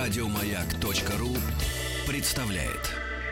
Радиомаяк.ру представляет.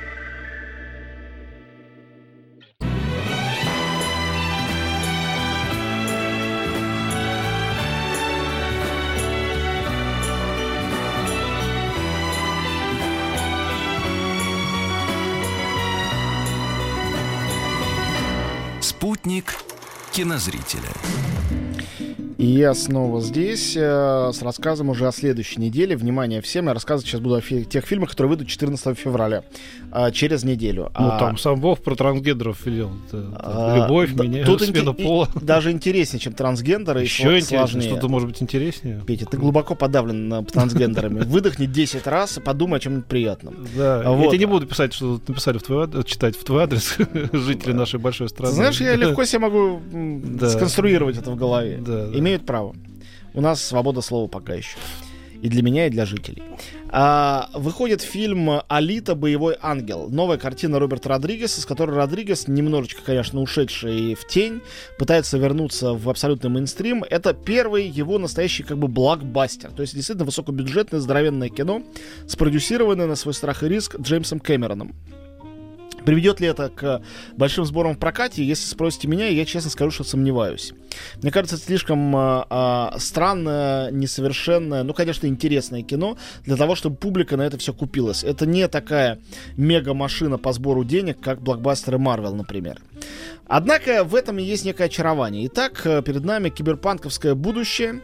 Спутник кинозрителя. И я снова здесь с рассказом уже о следующей неделе. Внимание всем, я рассказывать сейчас буду о тех фильмах, которые выйдут 14 февраля, через неделю. Ну, там сам Бог про трансгендеров велел. Любовь, меня, смена пола. Даже интереснее, чем трансгендеры. Еще интереснее. Что-то может быть интереснее. Петя, ты глубоко подавлен трансгендерами. Выдохни 10 раз и подумай о чем-нибудь приятном. Да, я тебе не буду писать, что написали читать в твой адрес жители нашей большой страны. Знаешь, я легко себе могу сконструировать это в голове. Имеют право. У нас свобода слова пока еще. И для меня, и для жителей. Выходит фильм «Алита. Боевой ангел». Новая картина Роберта Родригеса, с которой Родригес, немножечко, конечно, ушедший в тень, пытается вернуться в абсолютный мейнстрим. Это первый его настоящий как бы блокбастер. То есть действительно высокобюджетное, здоровенное кино, спродюсированное на свой страх и риск Джеймсом Кэмероном. Приведет ли это к большим сборам в прокате? Если спросите меня, я честно скажу, что сомневаюсь. Мне кажется, это слишком странное, несовершенное, ну, конечно, интересное кино для того, чтобы публика на это все купилась. Это не такая мега-машина по сбору денег, как блокбастеры Marvel, например. Однако в этом и есть некое очарование. Итак, перед нами киберпанковское будущее.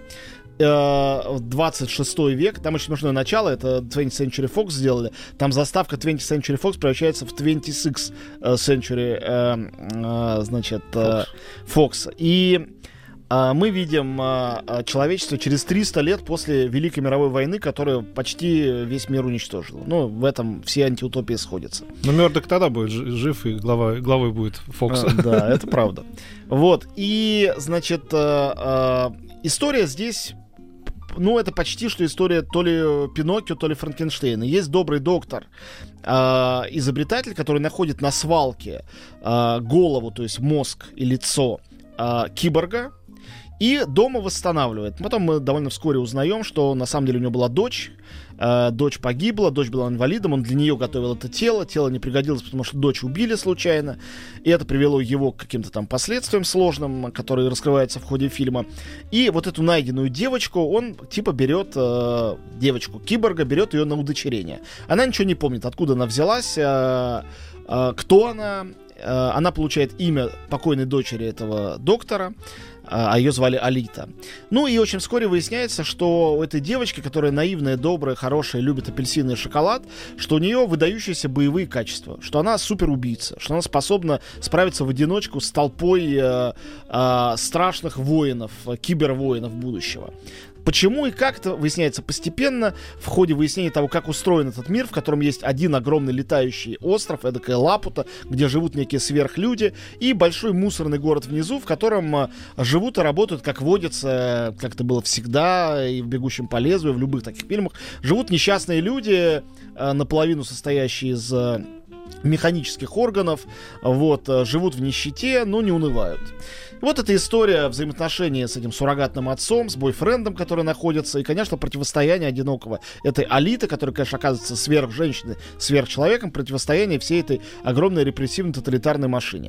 26 век, там очень смешное начало, это 20th Century Fox сделали, там заставка 20th Century Fox превращается в 26th Century Fox. И мы видим человечество через 300 лет после Великой мировой войны, которая почти весь мир уничтожила. Ну, в этом все антиутопии сходятся. Но Мёрдок тогда будет жив, и главой будет Фокса. Да, это правда. Вот, и, значит, история здесь... Ну, это почти что история то ли Пиноккио, то ли Франкенштейна. Есть добрый доктор, изобретатель, который находит на свалке голову, то есть мозг и лицо киборга, и дома восстанавливает. Потом мы довольно вскоре узнаем, что на самом деле у него была дочь. Дочь погибла, дочь была инвалидом, он для нее готовил это тело не пригодилось, потому что дочь убили случайно, и это привело его к каким-то там последствиям сложным, которые раскрываются в ходе фильма. И вот эту найденную девочку он типа берет, девочку-киборга, берет ее на удочерение. Она ничего не помнит, откуда она взялась, кто она получает имя покойной дочери этого доктора, а ее звали Алита. Ну и очень вскоре выясняется, что у этой девочки, которая наивная, добрая, хорошая, любит апельсины и шоколад, что у нее выдающиеся боевые качества, что она суперубийца, что она способна справиться в одиночку с толпой страшных воинов, кибервоинов будущего. Почему и как это выясняется постепенно в ходе выяснения того, как устроен этот мир, в котором есть один огромный летающий остров, эдакая Лапута, где живут некие сверхлюди, и большой мусорный город внизу, в котором живут и работают, как водится, как это было всегда, и в «Бегущем по лезвию», в любых таких фильмах, живут несчастные люди, наполовину состоящие из механических органов, вот, живут в нищете, но не унывают. Вот эта история взаимоотношений с этим суррогатным отцом, с бойфрендом, который находится, и, конечно, противостояние одинокого этой Алиты, которая, конечно, оказывается сверхженщиной, сверхчеловеком, противостояние всей этой огромной репрессивной тоталитарной машине.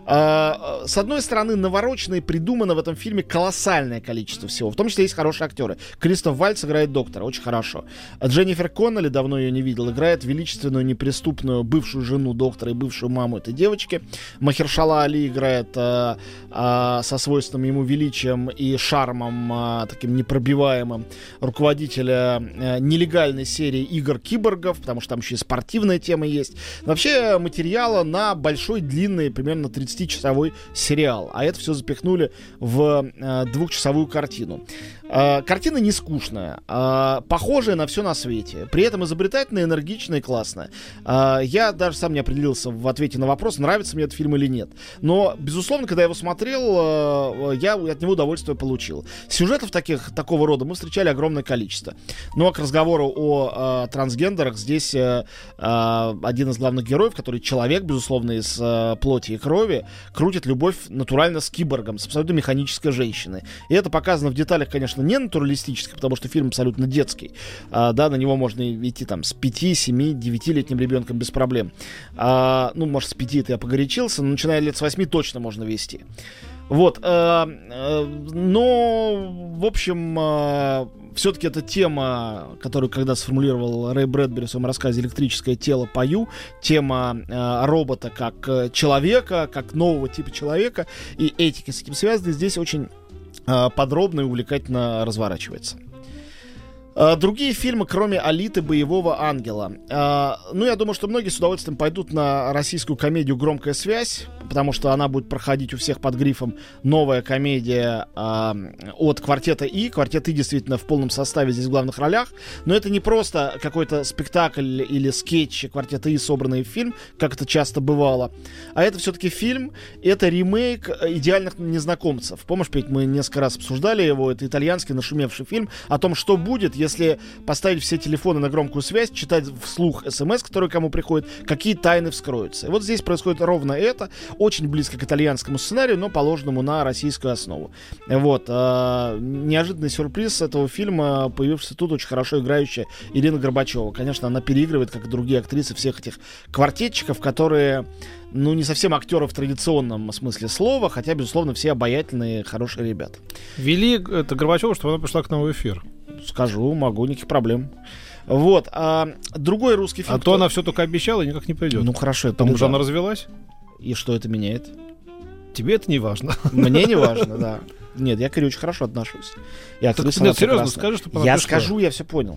С одной стороны, наворочено и придумано в этом фильме колоссальное количество всего. В том числе есть хорошие актеры. Кристоф Вальтц играет доктора, очень хорошо. Дженнифер Коннелли, давно ее не видел, играет величественную, неприступную бывшую жену доктора и бывшую маму этой девочки. Махершала Али играет со свойственным ему величием и шармом, таким непробиваемым, руководителя нелегальной серии игр киборгов, потому что там еще и спортивная тема есть. Вообще материала на большой, длинный, примерно 30-часовой сериал, а это все запихнули в 2-часовую картину. Картина не скучная, похожая на все на свете, при этом изобретательная, энергичная и классная. Я даже сам не определился в ответе на вопрос, нравится мне этот фильм или нет. Но, безусловно, когда я его смотрел, я от него удовольствие получил. Сюжетов такого рода мы встречали огромное количество. Но к разговору о трансгендерах здесь один из главных героев, который человек, безусловно, из плоти и крови, крутит любовь натурально с киборгом, с абсолютно механической женщиной. И это показано в деталях, конечно, не натуралистически, потому что фильм абсолютно детский. Да, на него можно идти там с 5, 7, 9-летним ребенком без проблем. Ну, может, с 5 это я погорячился, но начиная лет с 8 точно можно вести. Вот, но, в общем, все-таки эта тема, которую когда сформулировал Рэй Брэдбери в своем рассказе «Электрическое тело пою», тема робота как человека, как нового типа человека, и этика с этим связаны, здесь очень подробно и увлекательно разворачивается. Другие фильмы, кроме «Алиты», «Боевого ангела». Ну, я думаю, что многие с удовольствием пойдут на российскую комедию «Громкая связь», потому что она будет проходить у всех под грифом «Новая комедия» от «Квартета И». «Квартет И» действительно в полном составе здесь в главных ролях, но это не просто какой-то спектакль или скетч «Квартета И», собранный в фильм, как это часто бывало, а это все-таки фильм, это ремейк «Идеальных незнакомцев». Помнишь, Петь, мы несколько раз обсуждали его, это итальянский нашумевший фильм о том, что будет, если поставить все телефоны на громкую связь, читать вслух смс, которые кому приходят, какие тайны вскроются. И вот здесь происходит ровно это, очень близко к итальянскому сценарию, но положенному на российскую основу. Вот. Неожиданный сюрприз этого фильма, появившийся тут, очень хорошо играющая Ирина Горбачева. Конечно, она переигрывает, как и другие актрисы, всех этих квартетчиков, которые, ну, не совсем актеры в традиционном смысле слова, хотя, безусловно, все обаятельные, хорошие ребята. Вели это Горбачева, чтобы она пришла к нам в эфир. Скажу, могу, никаких проблем. Вот. Другой русский фильм... А то она все только обещала и никак не придет. Ну, хорошо. Потому что она развелась. И что это меняет? Тебе это не важно. Мне не важно, да. Нет, я к Ире очень хорошо отношусь. Так, нет, серьезно, скажи, чтобы она Я пришла. скажу, я все понял.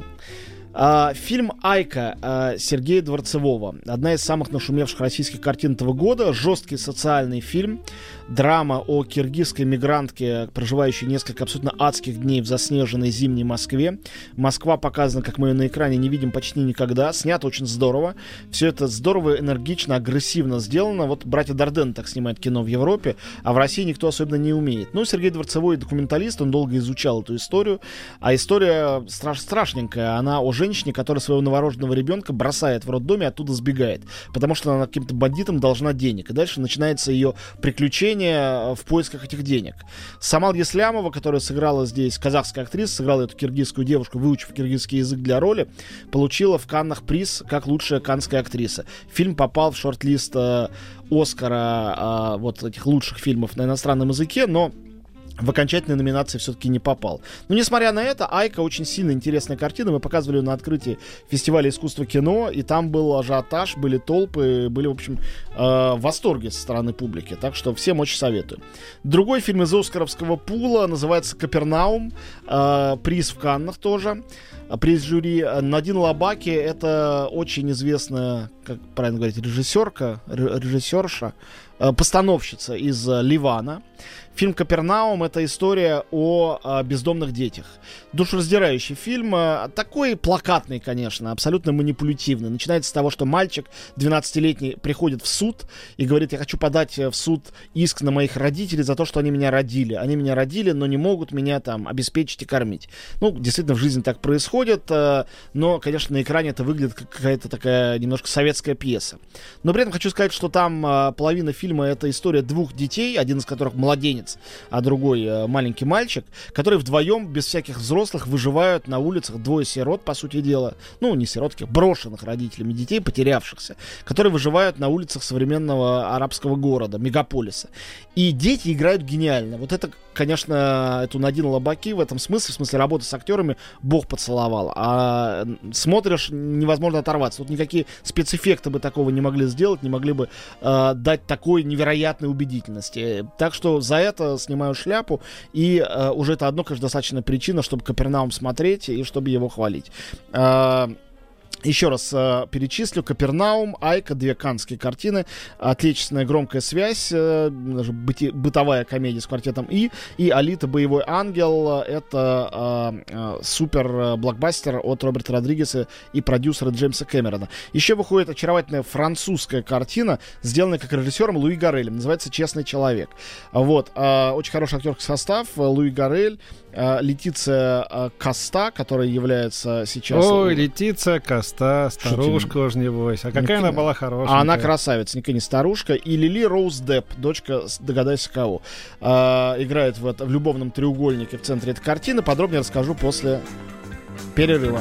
Фильм «Айка» Сергея Дворцевого. Одна из самых нашумевших российских картин этого года. Жесткий социальный фильм. Драма о киргизской мигрантке, проживающей несколько абсолютно адских дней в заснеженной зимней Москве. Москва показана, как мы ее на экране не видим почти никогда. Снято очень здорово. Все это здорово, энергично, агрессивно сделано. Вот братья Дарден так снимают кино в Европе, а в России никто особенно не умеет. Ну, Сергей Дворцевой документалист, он долго изучал эту историю. А история страшненькая. Она о женщине, которая своего новорожденного ребенка бросает в роддоме, оттуда сбегает, потому что она каким-то бандитам должна денег. И дальше начинается ее приключение в поисках этих денег. Самал Еслямова, которая сыграла здесь, казахская актриса, сыграла эту киргизскую девушку, выучив киргизский язык для роли, получила в Каннах приз как лучшая каннская актриса. Фильм попал в шорт-лист Оскара, вот этих лучших фильмов на иностранном языке, но в окончательной номинации все-таки не попал. Но, несмотря на это, «Айка» очень сильно интересная картина. Мы показывали ее на открытии фестиваля искусства кино, и там был ажиотаж, были толпы, были, в общем, в восторге со стороны публики. Так что всем очень советую. Другой фильм из оскаровского пула называется «Капернаум». Приз в Каннах тоже. Приз жюри. Надин Лабаки — это очень известная, как правильно говорить, режиссерша, постановщица из Ливана. Фильм «Капернаум» — это история о бездомных детях. Душераздирающий фильм, такой плакатный, конечно, абсолютно манипулятивный. Начинается с того, что мальчик 12-летний приходит в суд и говорит: я хочу подать в суд иск на моих родителей за то, что они меня родили. Они меня родили, но не могут меня там обеспечить и кормить. Ну, действительно, в жизни так происходит, но, конечно, на экране это выглядит как какая-то такая немножко советская пьеса. Но при этом хочу сказать, что там половина фильма — это история двух детей, один из которых младенец, а другой маленький мальчик, которые вдвоем, без всяких взрослых, выживают на улицах. Двое сирот, по сути дела, ну, не сирот, таких брошенных родителями детей, потерявшихся, которые выживают на улицах современного арабского города, мегаполиса. И дети играют гениально. Вот это, конечно, эту Надин Лабаки в этом смысле, в смысле работы с актерами, Бог поцеловал. А смотришь, невозможно оторваться. Тут никакие спецэффекты бы такого не могли сделать, не могли бы дать такой невероятной убедительности. Так что за это снимаю шляпу, и уже это одно, конечно, достаточно причина, чтобы «Капернаум» смотреть и чтобы его хвалить. Еще раз перечислю: «Капернаум», «Айка», две каннские картины, «Отечественная громкая связь», бытовая комедия с квартетом И, «Алита. Боевой ангел». Это супер блокбастер от Роберта Родригеса и продюсера Джеймса Кэмерона. Еще выходит очаровательная французская картина, сделанная как режиссером Луи Гаррелем, называется «Честный человек». Вот. Очень хороший актерский состав: Луи Гаррель, Летиция Коста, которая является сейчас... Ой, Летиция Коста, старушка уж небось. А какая она была хорошая. Она красавица, никакая не старушка. И Лили Роуз Депп, дочка, догадайся кого, играет в любовном треугольнике в центре этой картины. Подробнее расскажу после перерыва.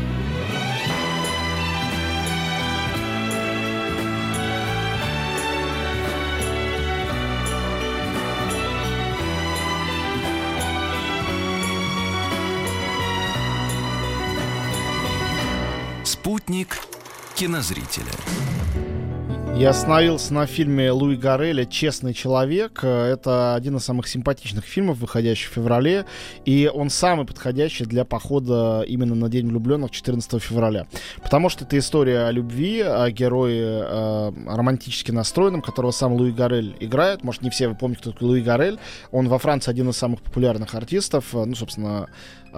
Спутник кинозрителя. Я остановился на фильме Луи Гарреля «Честный человек». Это один из самых симпатичных фильмов, выходящих в феврале. И он самый подходящий для похода именно на День влюбленных 14 февраля. Потому что это история о любви, о герое романтически настроенном, которого сам Луи Гаррель играет. Может, не все вы помните, кто такой Луи Гаррель. Он во Франции один из самых популярных артистов. Ну, собственно,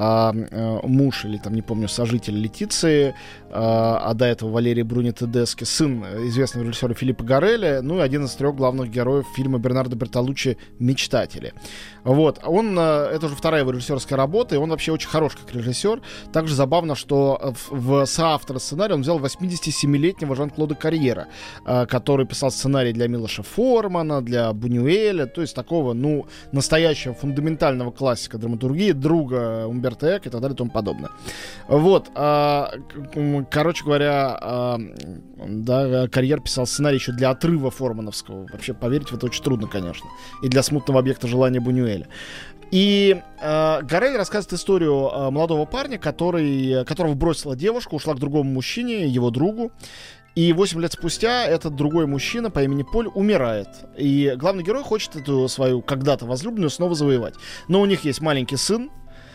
муж или, там, не помню, сожитель Летиции, а до этого Валерий Бруни-Тедески, сын известного режиссера Филиппа Гарреля, ну и один из 3 главных героев фильма Бернардо Бертолуччи «Мечтатели». Вот. Это уже 2-я его режиссерская работа, и он вообще очень хорош как режиссер. Также забавно, что в соавтора сценария он взял 87-летнего Жан-Клода Карьера, который писал сценарий для Милоша Формана, для Бунюэля, то есть такого, ну, настоящего фундаментального классика драматургии, друга Умберто Эко и так далее и тому подобное. Вот. Короче говоря, да, Карьер писал сценарий еще для «Отрыва» формановского. Вообще поверить в это очень трудно, конечно. И для «Смутного объекта желания» Бунюэля. И Гаррель рассказывает историю молодого парня, которого бросила девушка, ушла к другому мужчине, его другу. И 8 лет спустя этот другой мужчина по имени Поль умирает. И главный герой хочет эту свою когда-то возлюбленную снова завоевать. Но у них есть маленький сын,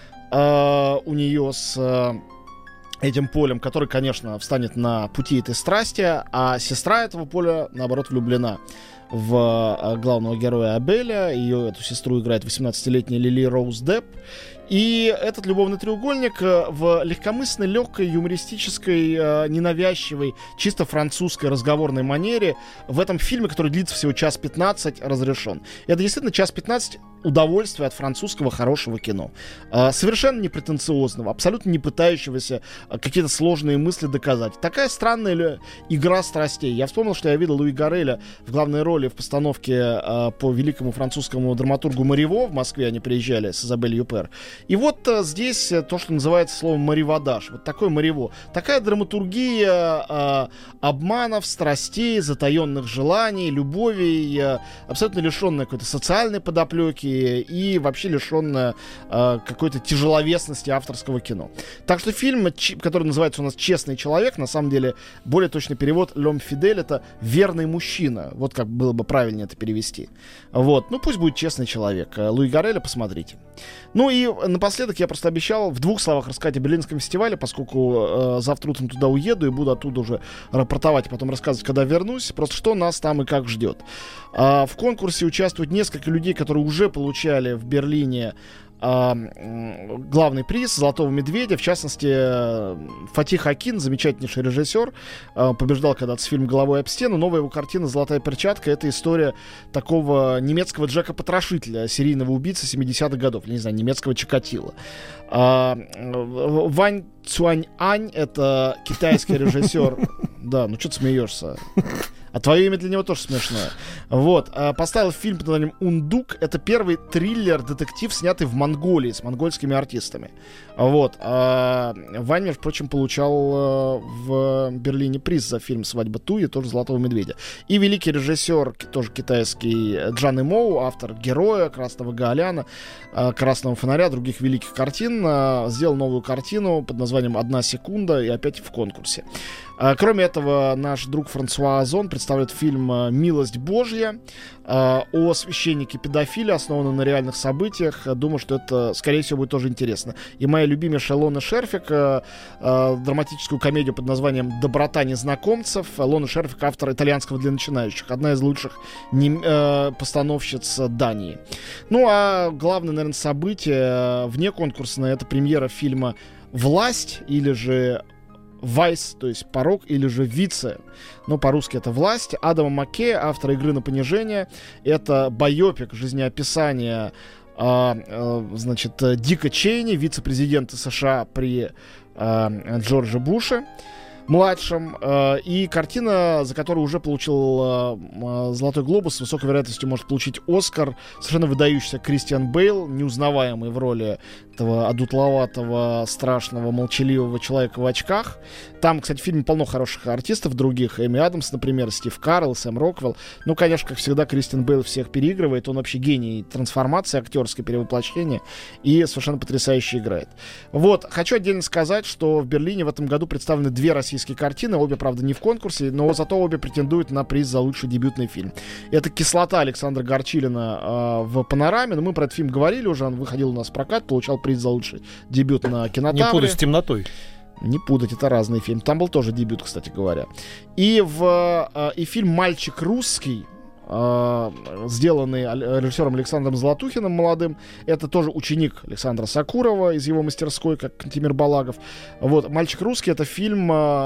у нее с этим Полем, который, конечно, встанет на пути этой страсти, а сестра этого Поля, наоборот, влюблена в главного героя Абеля. Ее, эту сестру, играет 18-летняя Лили Роуз Депп. И этот любовный треугольник в легкомысленной, легкой, юмористической, ненавязчивой, чисто французской разговорной манере в этом фильме, который длится всего 1:15, разрешен. Это действительно 1:15 удовольствия от французского хорошего кино. Совершенно непретенциозного, абсолютно не пытающегося какие-то сложные мысли доказать. Такая странная игра страстей. Я вспомнил, что я видел Луи Гарреля в главной роли в постановке по великому французскому драматургу Мариво. В Москве они приезжали с Изабель Юпер. И вот здесь то, что называется словом мариводаж. Вот такой мариво. Такая драматургия обманов, страстей, затаенных желаний, любовей, абсолютно лишенная какой-то социальной подоплеки и вообще лишенная какой-то тяжеловесности авторского кино. Так что фильм, который называется у нас «Честный человек», на самом деле более точный перевод «L'homme fidèle» — это «верный мужчина». Вот как было бы правильнее это перевести. Вот. Ну, пусть будет «Честный человек». Луи Гарреля посмотрите. Ну и напоследок я просто обещал в 2 словах рассказать о Берлинском фестивале, поскольку завтра утром туда уеду и буду оттуда уже рапортовать, а потом рассказывать, когда вернусь. Просто что нас там и как ждет. В конкурсе участвуют несколько людей, которые уже получали в Берлине главный приз «Золотого медведя». В частности, Фатих Акин, замечательнейший режиссер, побеждал когда-то с фильмом «Головой об стену». Новая его картина «Золотая перчатка» — это история такого немецкого Джека Потрошителя, серийного убийцы 70-х годов, не знаю, немецкого Чикатило. Вань Цюань-Ань — это китайский режиссер. Да, ну что ты смеешься? А твое имя для него тоже смешное. Вот. Поставил фильм под названием «Ундук». Это первый триллер-детектив, снятый в Монголии с монгольскими артистами. Вот. Вань, между прочим, получал в Берлине приз за фильм «Свадьба Туи», тоже «Золотого медведя». И великий режиссер, тоже китайский, Джан Имоу, автор «Героя», «Красного Гаоляна», «Красного фонаря», других великих картин, сделал новую картину под названием «Одна секунда» и опять в конкурсе. Кроме этого, наш друг Франсуа Озон представляет фильм «Милость Божья» о священнике-педофиле, основанном на реальных событиях. Думаю, что это, скорее всего, будет тоже интересно. И моя любимейшая Лона Шерфик, драматическую комедию под названием «Доброта незнакомцев». Лона Шерфик — автор «Итальянского для начинающих», одна из лучших постановщиц Дании. Ну, а главное, наверное, событие вне конкурсное — это премьера фильма «Власть» или же «Вайс», то есть «Порок», или же «Вице», но по-русски это «Власть», Адама Маккея, автора «Игры на понижение». Это байопик, жизнеописание значит, Дика Чейни, вице-президента США при Джорджа Буше младшем, и картина, за которую уже получил Золотой глобус, с высокой вероятностью может получить Оскар, совершенно выдающийся Кристиан Бейл, неузнаваемый в роли этого одутловатого, страшного, молчаливого человека в очках. Там, кстати, в фильме полно хороших артистов других. Эми Адамс, например, Стив Карелл, Сэм Роквелл. Ну, конечно, как всегда, Кристиан Бейл всех переигрывает. Он вообще гений трансформации, актерское перевоплощение, и совершенно потрясающе играет. Вот, хочу отдельно сказать, что в Берлине в этом году представлены 2 российские картины. Обе, правда, не в конкурсе, но зато обе претендуют на приз за лучший дебютный фильм. Это «Кислота» Александра Горчилина в «Панораме». Но мы про этот фильм говорили уже. Он выходил у нас в прокат, получал приз за лучший дебют на «Кинотавре». Не путать с «Темнотой». Не путать, это разные фильмы. Там был тоже дебют, кстати говоря. И фильм «Мальчик русский», сделанный режиссером Александром Золотухиным молодым. Это тоже ученик Александра Сакурова из его мастерской, как Кантемир Балагов. Вот, «Мальчик русский» — это фильм,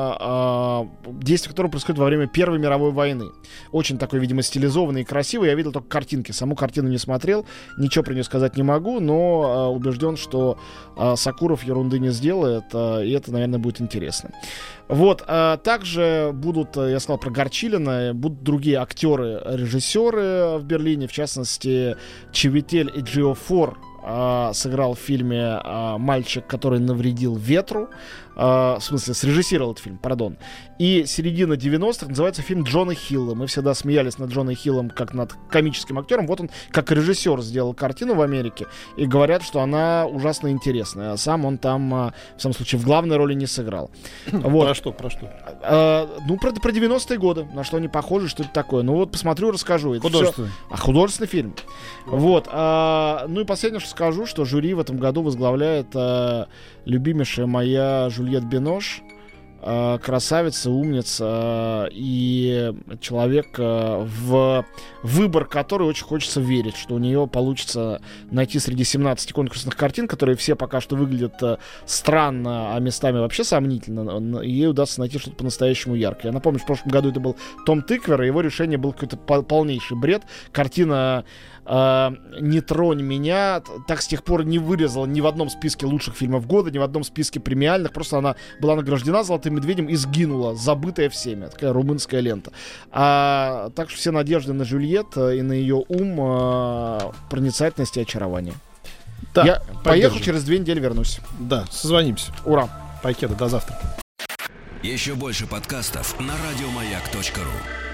действие которого происходит во время Первой мировой войны. Очень такой, видимо, стилизованный и красивый. Я видел только картинки. Саму картину не смотрел. Ничего про нее сказать не могу, но убежден, что Сакуров ерунды не сделает, и это, наверное, будет интересно. Вот, также будут, я сказал про Горчилина, будут другие актеры, режиссеры в Берлине, в частности, Чивитель Эджиофор сыграл в фильме «Мальчик, который навредил ветру». В смысле, срежиссировал этот фильм, пардон. И середина 90-х называется фильм Джона Хилла. Мы всегда смеялись над Джоном Хиллом как над комическим актером. Вот он как режиссер сделал картину в Америке. И говорят, что она ужасно интересная. А сам он там, в самом случае, в главной роли не сыграл. Вот. Про что? Ну, про 90-е годы. На что они похожи, что это такое. Ну вот, посмотрю, расскажу. Художественный. Художественный фильм. Вот. Ну и последнее, что скажу, что жюри в этом году возглавляет любимейшая моя Жюльет Бинош, красавица, умница и человек, в выбор которой очень хочется верить, что у нее получится найти среди 17 конкурсных картин, которые все пока что выглядят странно, а местами вообще сомнительно, ей удастся найти что-то по-настоящему яркое. Я напомню, в прошлом году это был Том Тыквер, и его решение был какой-то полнейший бред. Картина «Не тронь меня» так с тех пор не вырезала ни в одном списке лучших фильмов года, ни в одном списке премиальных. Просто она была награждена «Золотым медведем» и сгинула, забытая всеми. Такая румынская лента. Так что все надежды на Жюльет и на ее ум, проницательность и очарование. Да, я поехал, через 2 недели вернусь. Да, созвонимся. Ура. Покеда, до завтра. Еще больше подкастов на радиомаяк.ру.